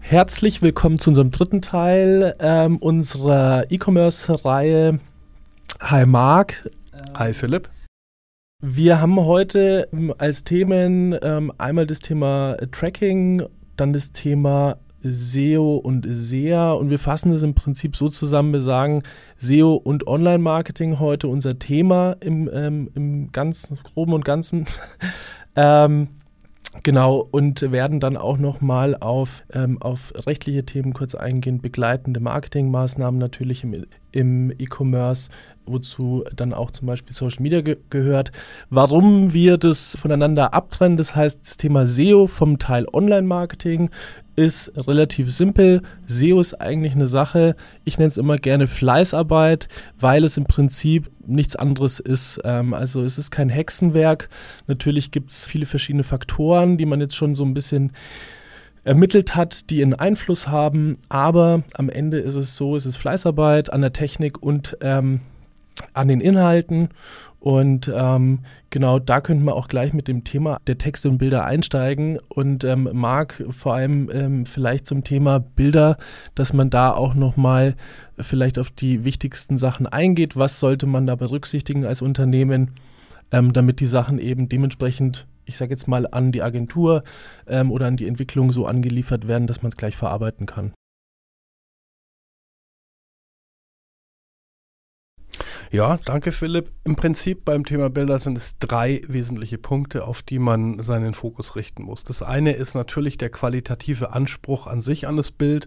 Herzlich willkommen zu unserem dritten Teil unserer E-Commerce-Reihe. Hi Marc. Hi Philipp. Wir haben heute als Themen einmal das Thema Tracking, dann das Thema SEO und SEA und wir fassen es im Prinzip so zusammen, wir sagen SEO und Online-Marketing heute unser Thema im ganz Groben und Ganzen. Genau, und werden dann auch nochmal auf rechtliche Themen kurz eingehen, begleitende Marketingmaßnahmen natürlich im E-Commerce, wozu dann auch zum Beispiel Social Media gehört. Warum wir das voneinander abtrennen, das heißt, das Thema SEO vom Teil Online-Marketing ist relativ simpel. SEO ist eigentlich eine Sache, ich nenne es immer gerne Fleißarbeit, weil es im Prinzip nichts anderes ist. Also es ist kein Hexenwerk. Natürlich gibt es viele verschiedene Faktoren, die man jetzt schon so ein bisschen ermittelt hat, die einen Einfluss haben. Aber am Ende ist es so, es ist Fleißarbeit an der Technik und an den Inhalten. Und genau, da könnten wir auch gleich mit dem Thema der Texte und Bilder einsteigen. Und Marc, vor allem vielleicht zum Thema Bilder, dass man da auch nochmal vielleicht auf die wichtigsten Sachen eingeht. Was sollte man da berücksichtigen als Unternehmen, damit die Sachen eben dementsprechend, ich sage jetzt mal, an die Agentur oder an die Entwicklung so angeliefert werden, dass man es gleich verarbeiten kann. Ja, danke Philipp. Im Prinzip beim Thema Bilder sind es 3 wesentliche Punkte, auf die man seinen Fokus richten muss. Das eine ist natürlich der qualitative Anspruch an sich an das Bild.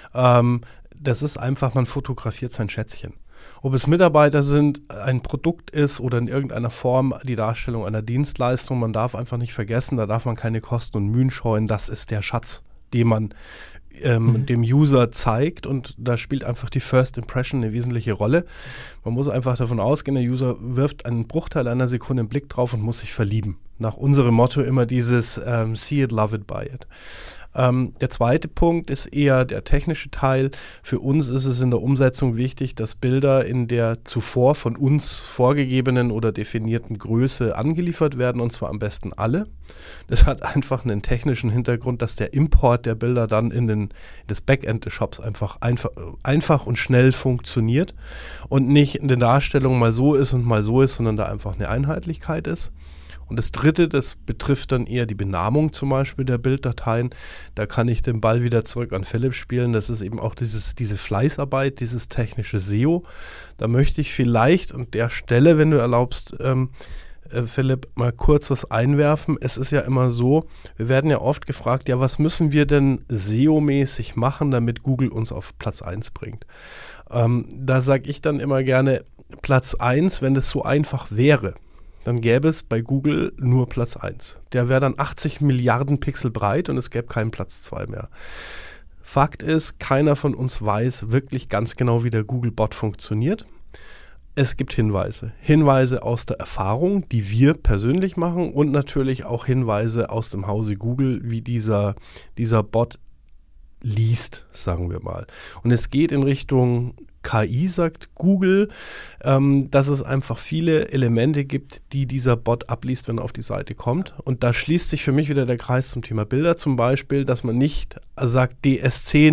Das ist einfach, man fotografiert sein Schätzchen. Ob es Mitarbeiter sind, ein Produkt ist oder in irgendeiner Form die Darstellung einer Dienstleistung, man darf einfach nicht vergessen, da darf man keine Kosten und Mühen scheuen, das ist der Schatz, den man dem User zeigt und da spielt einfach die First Impression eine wesentliche Rolle. Man muss einfach davon ausgehen, der User wirft einen Bruchteil einer Sekunde einen Blick drauf und muss sich verlieben. Nach unserem Motto immer dieses See it, love it, buy it. Der zweite Punkt ist eher der technische Teil. Für uns ist es in der Umsetzung wichtig, dass Bilder in der zuvor von uns vorgegebenen oder definierten Größe angeliefert werden und zwar am besten alle. Das hat einfach einen technischen Hintergrund, dass der Import der Bilder dann in das Backend des Shops einfach und schnell funktioniert und nicht in der Darstellung mal so ist und mal so ist, sondern da einfach eine Einheitlichkeit ist. Und das Dritte, das betrifft dann eher die Benamung zum Beispiel der Bilddateien. Da kann ich den Ball wieder zurück an Philipp spielen. Das ist eben auch diese Fleißarbeit, dieses technische SEO. Da möchte ich vielleicht an der Stelle, wenn du erlaubst, Philipp, mal kurz was einwerfen. Es ist ja immer so, wir werden ja oft gefragt, ja, was müssen wir denn SEO-mäßig machen, damit Google uns auf Platz 1 bringt? Da sage ich dann immer gerne, Platz 1, wenn das so einfach wäre, dann gäbe es bei Google nur Platz 1. Der wäre dann 80 Milliarden Pixel breit und es gäbe keinen Platz 2 mehr. Fakt ist, keiner von uns weiß wirklich ganz genau, wie der Google-Bot funktioniert. Es gibt Hinweise aus der Erfahrung, die wir persönlich machen und natürlich auch Hinweise aus dem Hause Google, wie dieser Bot liest, sagen wir mal. Und es geht in Richtung KI, sagt Google, dass es einfach viele Elemente gibt, die dieser Bot abliest, wenn er auf die Seite kommt. Und da schließt sich für mich wieder der Kreis zum Thema Bilder zum Beispiel, dass man nicht sagt DSC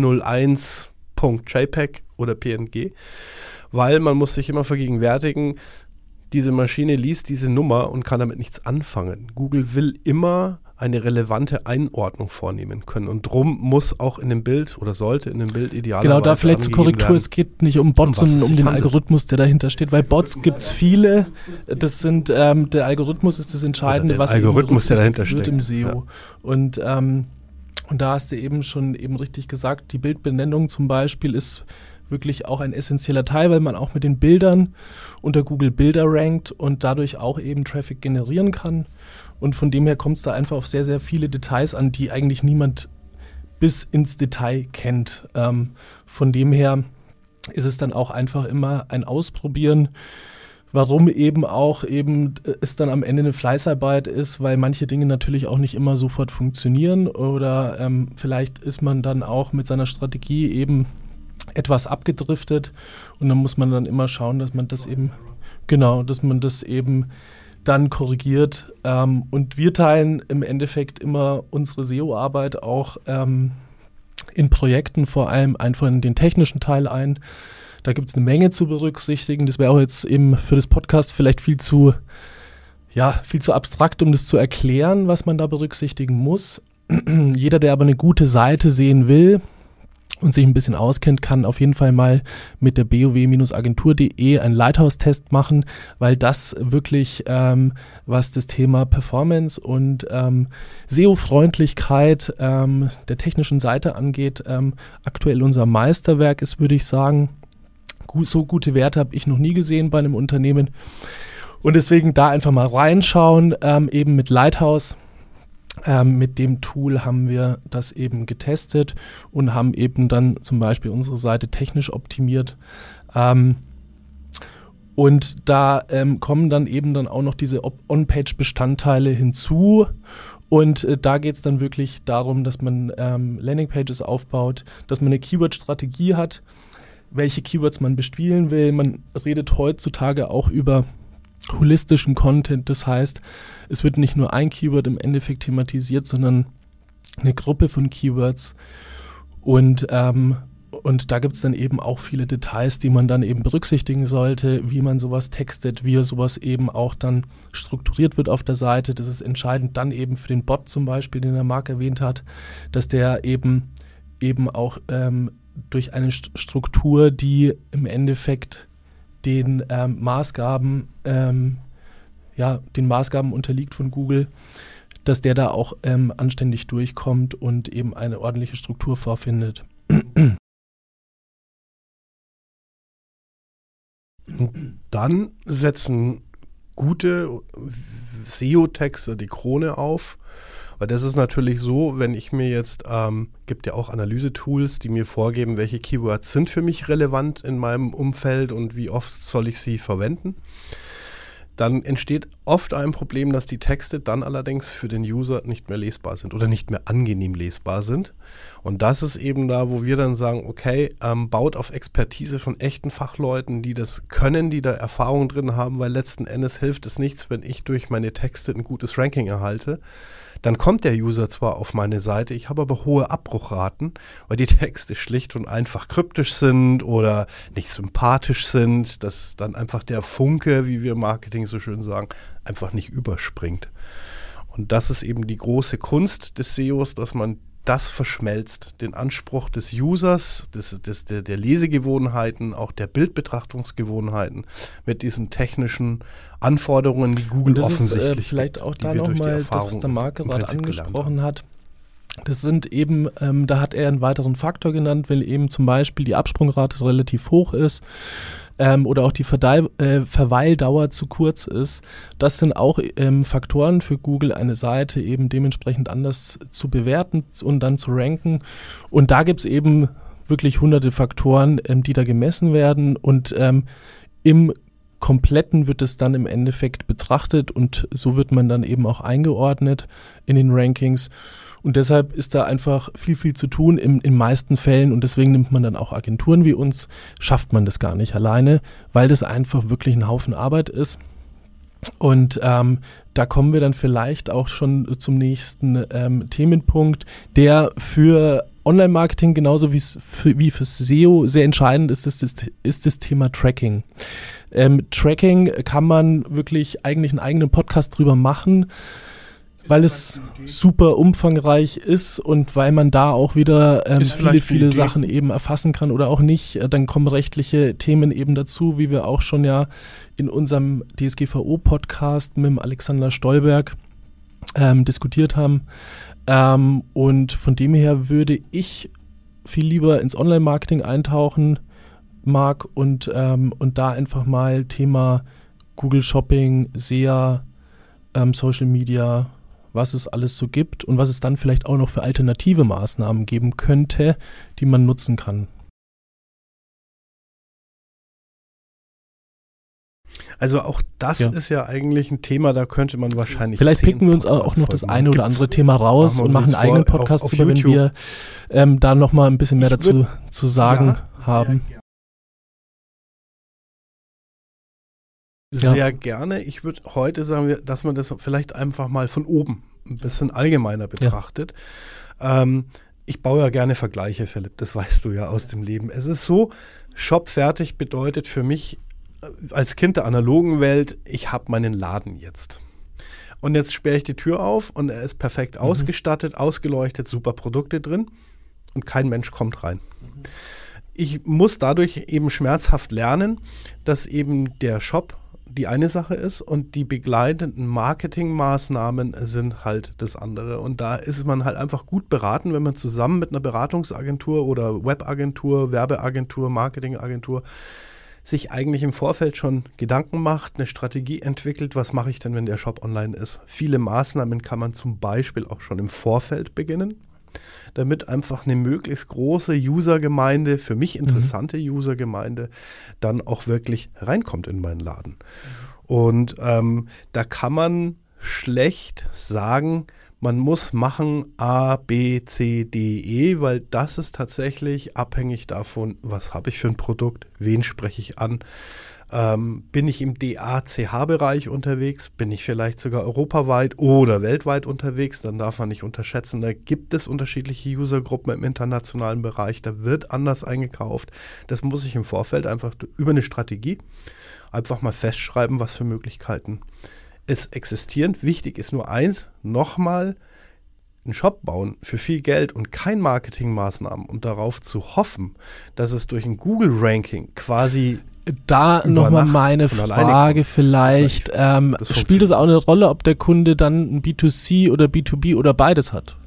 0001.jpg oder PNG, weil man muss sich immer vergegenwärtigen, diese Maschine liest diese Nummer und kann damit nichts anfangen. Google will immer eine relevante Einordnung vornehmen können. Und drum muss auch in dem Bild oder sollte in dem Bild idealerweise genau, da vielleicht zur Korrektur, werden, es geht nicht um Bots, sondern um den Algorithmus, der dahinter steht, weil Bots gibt es viele. Das sind, der Algorithmus ist das Entscheidende, was Algorithmus, der dahinter wird steckt im SEO. Ja. Und da hast du eben richtig gesagt, die Bildbenennung zum Beispiel ist wirklich auch ein essentieller Teil, weil man auch mit den Bildern unter Google Bilder rankt und dadurch auch eben Traffic generieren kann. Und von dem her kommt es da einfach auf sehr, sehr viele Details an, die eigentlich niemand bis ins Detail kennt. Von dem her ist es dann auch einfach immer ein Ausprobieren, warum es dann am Ende eine Fleißarbeit ist, weil manche Dinge natürlich auch nicht immer sofort funktionieren oder vielleicht ist man dann auch mit seiner Strategie eben etwas abgedriftet und dann muss man dann immer schauen, dass man das eben dann korrigiert. Und wir teilen im Endeffekt immer unsere SEO-Arbeit auch in Projekten vor allem einfach in den technischen Teil ein. Da gibt es eine Menge zu berücksichtigen. Das wäre auch jetzt eben für das Podcast vielleicht viel zu abstrakt, um das zu erklären, was man da berücksichtigen muss. Jeder, der aber eine gute Seite sehen will und sich ein bisschen auskennt, kann auf jeden Fall mal mit der bow-agentur.de einen Lighthouse-Test machen, weil das wirklich, was das Thema Performance und SEO-Freundlichkeit der technischen Seite angeht, aktuell unser Meisterwerk ist, würde ich sagen. So gute Werte habe ich noch nie gesehen bei einem Unternehmen. Und deswegen da einfach mal reinschauen, eben mit Lighthouse. Mit dem Tool haben wir das eben getestet und haben eben dann zum Beispiel unsere Seite technisch optimiert. Und da kommen dann eben dann auch noch diese On-Page-Bestandteile hinzu. Und da geht es dann wirklich darum, dass man Landingpages aufbaut, dass man eine Keyword-Strategie hat, welche Keywords man bespielen will. Man redet heutzutage auch über holistischen Content, das heißt, es wird nicht nur ein Keyword im Endeffekt thematisiert, sondern eine Gruppe von Keywords und da gibt es dann eben auch viele Details, die man dann eben berücksichtigen sollte, wie man sowas textet, wie sowas eben auch dann strukturiert wird auf der Seite. Das ist entscheidend dann eben für den Bot zum Beispiel, den der Marc erwähnt hat, dass der eben auch durch eine Struktur, die im Endeffekt den Maßgaben unterliegt von Google, dass der da auch anständig durchkommt und eben eine ordentliche Struktur vorfindet. Dann setzen gute SEO-Texte die Krone auf. Weil das ist natürlich so, wenn ich mir jetzt, gibt ja auch Analyse-Tools, die mir vorgeben, welche Keywords sind für mich relevant in meinem Umfeld und wie oft soll ich sie verwenden. Dann entsteht oft ein Problem, dass die Texte dann allerdings für den User nicht mehr lesbar sind oder nicht mehr angenehm lesbar sind. Und das ist eben da, wo wir dann sagen, okay, baut auf Expertise von echten Fachleuten, die das können, die da Erfahrung drin haben, weil letzten Endes hilft es nichts, wenn ich durch meine Texte ein gutes Ranking erhalte. Dann kommt der User zwar auf meine Seite, ich habe aber hohe Abbruchraten, weil die Texte schlicht und einfach kryptisch sind oder nicht sympathisch sind, dass dann einfach der Funke, wie wir im Marketing so schön sagen, einfach nicht überspringt. Und das ist eben die große Kunst des SEOs, dass man das verschmelzt, den Anspruch des Users, der Lesegewohnheiten, auch der Bildbetrachtungsgewohnheiten mit diesen technischen Anforderungen, die Google offensichtlich gibt. Vielleicht auch da nochmal das, was der Marc gerade angesprochen hat. Das sind eben, da hat er einen weiteren Faktor genannt, weil eben zum Beispiel die Absprungrate relativ hoch ist oder auch die Verweildauer zu kurz ist. Das sind auch Faktoren für Google, eine Seite eben dementsprechend anders zu bewerten und dann zu ranken. Und da gibt es eben wirklich hunderte Faktoren, die da gemessen werden und im Kompletten wird es dann im Endeffekt betrachtet und so wird man dann eben auch eingeordnet in den Rankings. Und deshalb ist da einfach viel zu tun in meisten Fällen und deswegen nimmt man dann auch Agenturen wie uns, schafft man das gar nicht alleine, weil das einfach wirklich ein Haufen Arbeit ist. Und da kommen wir dann vielleicht auch schon zum nächsten Themenpunkt, der für Online-Marketing genauso wie fürs SEO sehr entscheidend ist das Thema Tracking. Tracking kann man wirklich eigentlich einen eigenen Podcast drüber machen, weil es super umfangreich ist und weil man da auch wieder viele Sachen eben erfassen kann oder auch nicht. Dann kommen rechtliche Themen eben dazu, wie wir auch schon ja in unserem DSGVO-Podcast mit dem Alexander Stolberg diskutiert haben. Und von dem her würde ich viel lieber ins Online-Marketing eintauchen, Marc, und da einfach mal Thema Google Shopping, SEA, Social Media, was es alles so gibt und was es dann vielleicht auch noch für alternative Maßnahmen geben könnte, die man nutzen kann. Also auch das ist ja eigentlich ein Thema, da könnte man wahrscheinlich vielleicht picken wir uns auch noch das eine oder andere Thema raus und machen einen eigenen Podcast drüber, wenn wir da nochmal ein bisschen mehr dazu zu sagen haben. Sehr gerne. Ich würde heute sagen, dass man das vielleicht einfach mal von oben ein bisschen allgemeiner betrachtet. ich baue ja gerne Vergleiche, Philipp, das weißt du ja aus dem Leben. Es ist so, Shop fertig bedeutet für mich als Kind der analogen Welt, ich habe meinen Laden jetzt. Und jetzt sperre ich die Tür auf und er ist perfekt ausgestattet, ausgeleuchtet, super Produkte drin und kein Mensch kommt rein. Ich muss dadurch eben schmerzhaft lernen, dass eben der Shop die eine Sache ist und die begleitenden Marketingmaßnahmen sind halt das andere. Und da ist man halt einfach gut beraten, wenn man zusammen mit einer Beratungsagentur oder Webagentur, Werbeagentur, Marketingagentur sich eigentlich im Vorfeld schon Gedanken macht, eine Strategie entwickelt, was mache ich denn, wenn der Shop online ist. Viele Maßnahmen kann man zum Beispiel auch schon im Vorfeld beginnen, damit einfach eine möglichst große Usergemeinde, für mich interessante Usergemeinde, dann auch wirklich reinkommt in meinen Laden. Und da kann man schlecht sagen, man muss machen A, B, C, D, E, weil das ist tatsächlich abhängig davon, was habe ich für ein Produkt, wen spreche ich an. Bin ich im DACH-Bereich unterwegs, bin ich vielleicht sogar europaweit oder weltweit unterwegs, dann darf man nicht unterschätzen, da gibt es unterschiedliche Usergruppen im internationalen Bereich, da wird anders eingekauft. Das muss ich im Vorfeld einfach über eine Strategie einfach mal festschreiben, was für Möglichkeiten es existieren. Wichtig ist nur eins, nochmal einen Shop bauen für viel Geld und kein Marketingmaßnahmen und darauf zu hoffen, dass es durch ein Google-Ranking quasi da nochmal meine Frage vielleicht, spielt es auch eine Rolle, ob der Kunde dann ein B2C oder B2B oder beides hat?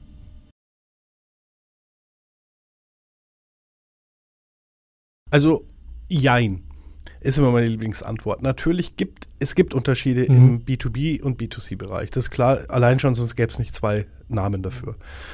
Also, jein, ist immer meine Lieblingsantwort. Natürlich gibt es Unterschiede im B2B und B2C-Bereich. Das ist klar, allein schon, sonst gäbe es nicht zwei Namen dafür.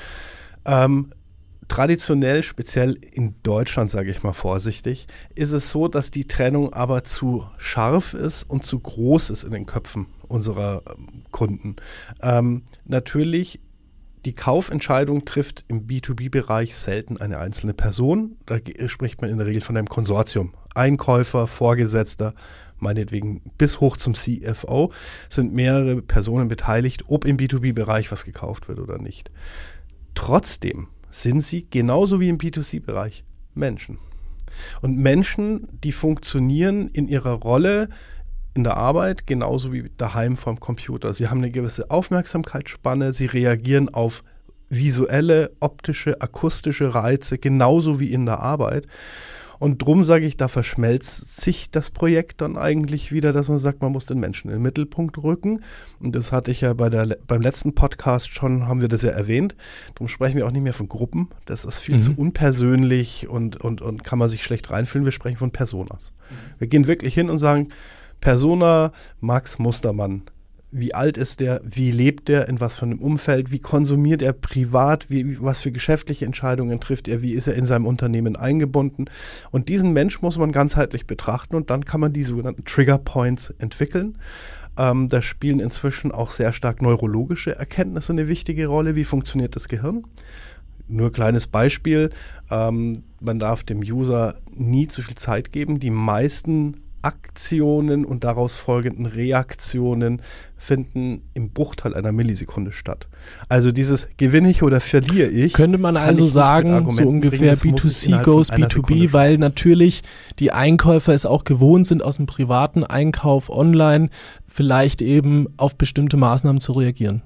Traditionell, speziell in Deutschland, sage ich mal vorsichtig, ist es so, dass die Trennung aber zu scharf ist und zu groß ist in den Köpfen unserer Kunden. Natürlich, die Kaufentscheidung trifft im B2B-Bereich selten eine einzelne Person. Da spricht man in der Regel von einem Konsortium. Einkäufer, Vorgesetzter, meinetwegen bis hoch zum CFO, sind mehrere Personen beteiligt, ob im B2B-Bereich was gekauft wird oder nicht. Trotzdem sind sie genauso wie im B2C-Bereich Menschen. Und Menschen, die funktionieren in ihrer Rolle in der Arbeit genauso wie daheim vorm Computer. Sie haben eine gewisse Aufmerksamkeitsspanne, sie reagieren auf visuelle, optische, akustische Reize genauso wie in der Arbeit. Und drum sage ich, da verschmelzt sich das Projekt dann eigentlich wieder, dass man sagt, man muss den Menschen in den Mittelpunkt rücken. Und das hatte ich ja beim letzten Podcast schon, haben wir das ja erwähnt. Darum sprechen wir auch nicht mehr von Gruppen. Das ist viel zu unpersönlich und kann man sich schlecht reinfühlen. Wir sprechen von Personas. Wir gehen wirklich hin und sagen, Persona Max Mustermann. Wie alt ist der? Wie lebt der? In was für einem Umfeld? Wie konsumiert er privat? Was für geschäftliche Entscheidungen trifft er? Wie ist er in seinem Unternehmen eingebunden? Und diesen Mensch muss man ganzheitlich betrachten und dann kann man die sogenannten Trigger Points entwickeln. Da spielen inzwischen auch sehr stark neurologische Erkenntnisse eine wichtige Rolle. Wie funktioniert das Gehirn? Nur ein kleines Beispiel. Man darf dem User nie zu viel Zeit geben. Die meisten Aktionen und daraus folgenden Reaktionen finden im Bruchteil einer Millisekunde statt. Also dieses gewinne ich oder verliere ich. Könnte man also sagen, so ungefähr B2C goes B2B, weil natürlich die Einkäufer es auch gewohnt sind, aus dem privaten Einkauf online vielleicht eben auf bestimmte Maßnahmen zu reagieren.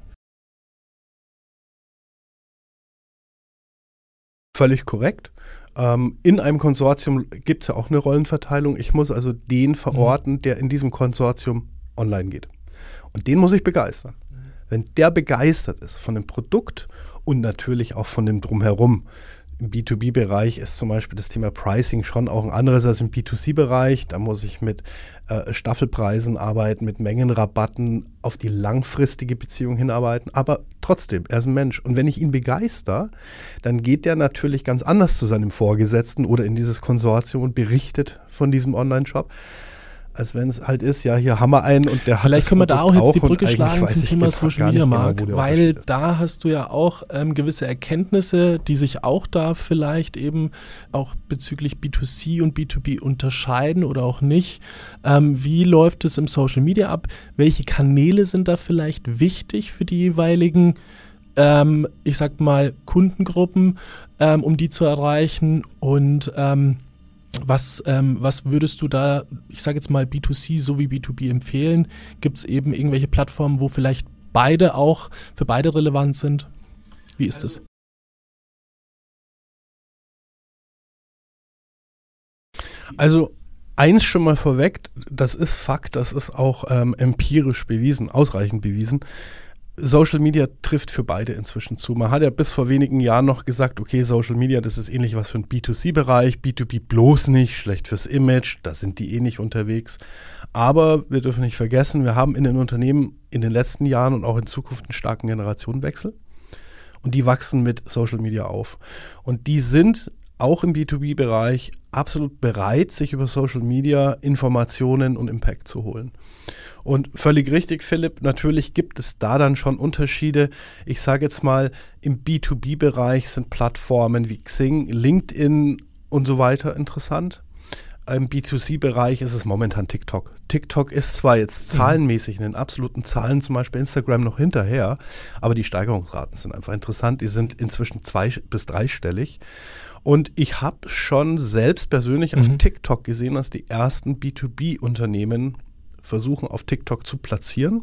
Völlig korrekt. In einem Konsortium gibt es ja auch eine Rollenverteilung. Ich muss also den verorten, der in diesem Konsortium online geht. Und den muss ich begeistern. Wenn der begeistert ist von dem Produkt und natürlich auch von dem Drumherum. Im B2B-Bereich ist zum Beispiel das Thema Pricing schon auch ein anderes als im B2C-Bereich. Da muss ich mit Staffelpreisen arbeiten, mit Mengenrabatten auf die langfristige Beziehung hinarbeiten. Aber trotzdem, er ist ein Mensch. Und wenn ich ihn begeister, dann geht der natürlich ganz anders zu seinem Vorgesetzten oder in dieses Konsortium und berichtet von diesem Online-Shop, als wenn es halt ist, ja, hier haben wir einen und der hat vielleicht das können wir da auch jetzt die Produkt Brücke schlagen zum Thema Social Media, Marc, genau, weil da hast du ja auch gewisse Erkenntnisse, die sich auch da vielleicht eben auch bezüglich B2C und B2B unterscheiden oder auch nicht. Wie läuft es im Social Media ab? Welche Kanäle sind da vielleicht wichtig für die jeweiligen ich sag mal, Kundengruppen, um die zu erreichen? Und was würdest du da, ich sage jetzt mal B2C sowie B2B empfehlen? Gibt es eben irgendwelche Plattformen, wo vielleicht beide auch für beide relevant sind? Wie ist das? Also eins schon mal vorweg, das ist Fakt, das ist auch empirisch bewiesen, ausreichend bewiesen. Social Media trifft für beide inzwischen zu. Man hat ja bis vor wenigen Jahren noch gesagt, okay, Social Media, das ist ähnlich was für einen B2C-Bereich, B2B bloß nicht, schlecht fürs Image, da sind die eh nicht unterwegs. Aber wir dürfen nicht vergessen, wir haben in den Unternehmen in den letzten Jahren und auch in Zukunft einen starken Generationenwechsel. Und die wachsen mit Social Media auf. Und die sind auch im B2B-Bereich absolut bereit, sich über Social Media Informationen und Impact zu holen. Und völlig richtig, Philipp, natürlich gibt es da dann schon Unterschiede. Ich sage jetzt mal, im B2B-Bereich sind Plattformen wie Xing, LinkedIn und so weiter interessant. Im B2C-Bereich ist es momentan TikTok. TikTok ist zwar jetzt zahlenmäßig in den absoluten Zahlen, zum Beispiel Instagram, noch hinterher, aber die Steigerungsraten sind einfach interessant. Die sind inzwischen 2- bis 3-stellig. Und ich habe schon selbst persönlich auf TikTok gesehen, dass die ersten B2B-Unternehmen versuchen, auf TikTok zu platzieren.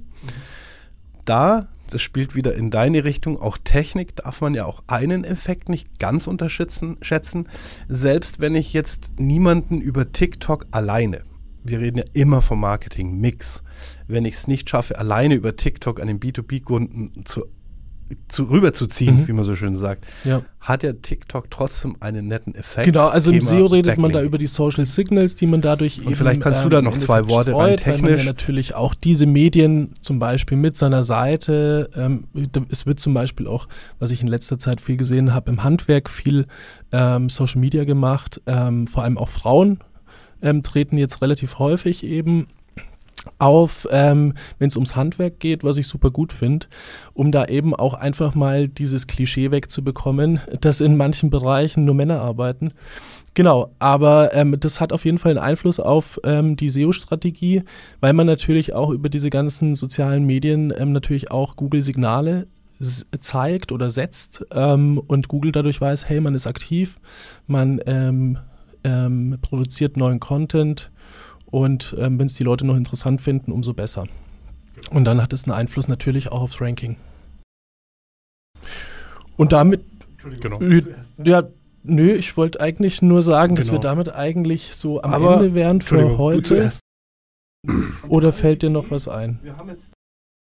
Da, das spielt wieder in deine Richtung, auch Technik, darf man ja auch einen Effekt nicht ganz unterschätzen. Selbst wenn ich jetzt niemanden über TikTok alleine, wir reden ja immer vom Marketing-Mix, wenn ich es nicht schaffe, alleine über TikTok einen B2B-Kunden rüberzuziehen, wie man so schön sagt, hat ja TikTok trotzdem einen netten Effekt. Genau, also im Thema SEO redet Backlinking. man da über die Social Signals, die man dadurch und vielleicht kannst du da noch 2 Worte rein technisch. Weil man ja natürlich auch diese Medien zum Beispiel mit seiner Seite, es wird zum Beispiel auch, was ich in letzter Zeit viel gesehen habe, im Handwerk viel Social Media gemacht, vor allem auch Frauen treten jetzt relativ häufig eben auf, wenn es ums Handwerk geht, was ich super gut finde, um da eben auch einfach mal dieses Klischee wegzubekommen, dass in manchen Bereichen nur Männer arbeiten. Genau, aber das hat auf jeden Fall einen Einfluss auf die SEO-Strategie, weil man natürlich auch über diese ganzen sozialen Medien natürlich auch Google-Signale zeigt oder setzt und Google dadurch weiß, hey, man ist aktiv, man produziert neuen Content. Und wenn es die Leute noch interessant finden, umso besser. Und dann hat es einen Einfluss natürlich auch aufs Ranking. Und damit, ich wollte eigentlich nur sagen, dass wir damit eigentlich so am Ende wären für heute. Oder fällt dir noch was ein? Wir haben jetzt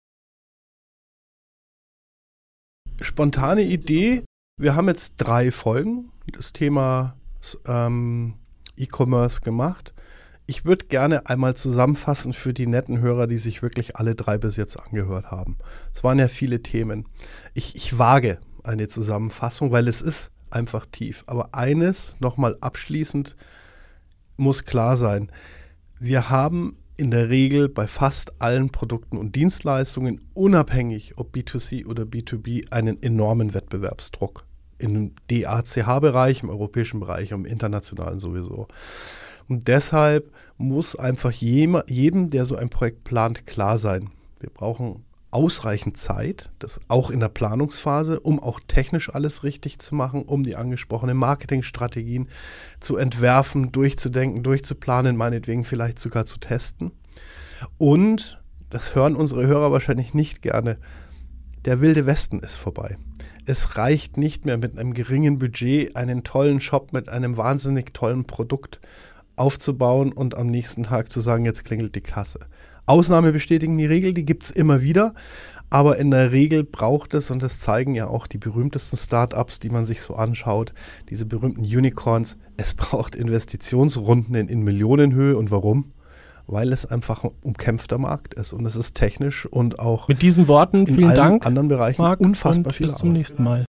spontane Idee. Wir haben jetzt 3 Folgen, das Thema E-Commerce gemacht. Ich würde gerne einmal zusammenfassen für die netten Hörer, die sich wirklich alle 3 bis jetzt angehört haben. Es waren ja viele Themen. Ich wage eine Zusammenfassung, weil es ist einfach tief. Aber eines nochmal abschließend muss klar sein. Wir haben in der Regel bei fast allen Produkten und Dienstleistungen, unabhängig ob B2C oder B2B, einen enormen Wettbewerbsdruck. Im DACH-Bereich, im europäischen Bereich, im internationalen sowieso. Und deshalb muss einfach jedem, der so ein Projekt plant, klar sein. Wir brauchen ausreichend Zeit, das auch in der Planungsphase, um auch technisch alles richtig zu machen, um die angesprochenen Marketingstrategien zu entwerfen, durchzudenken, durchzuplanen, meinetwegen vielleicht sogar zu testen. Und, das hören unsere Hörer wahrscheinlich nicht gerne, der wilde Westen ist vorbei. Es reicht nicht mehr mit einem geringen Budget einen tollen Shop mit einem wahnsinnig tollen Produkt aufzubauen und am nächsten Tag zu sagen, jetzt klingelt die Kasse. Ausnahme bestätigen die Regel, die gibt es immer wieder, aber in der Regel braucht es, und das zeigen ja auch die berühmtesten Startups, die man sich so anschaut, diese berühmten Unicorns, es braucht Investitionsrunden in Millionenhöhe. Und warum? Weil es einfach ein umkämpfter Markt ist und es ist technisch und auch mit diesen Worten vielen Dank, anderen Bereichen Marc, unfassbar und viel bis zum Arbeit. nächsten Mal.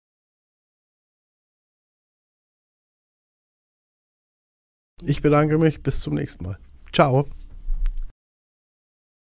Ich bedanke mich, bis zum nächsten Mal. Ciao.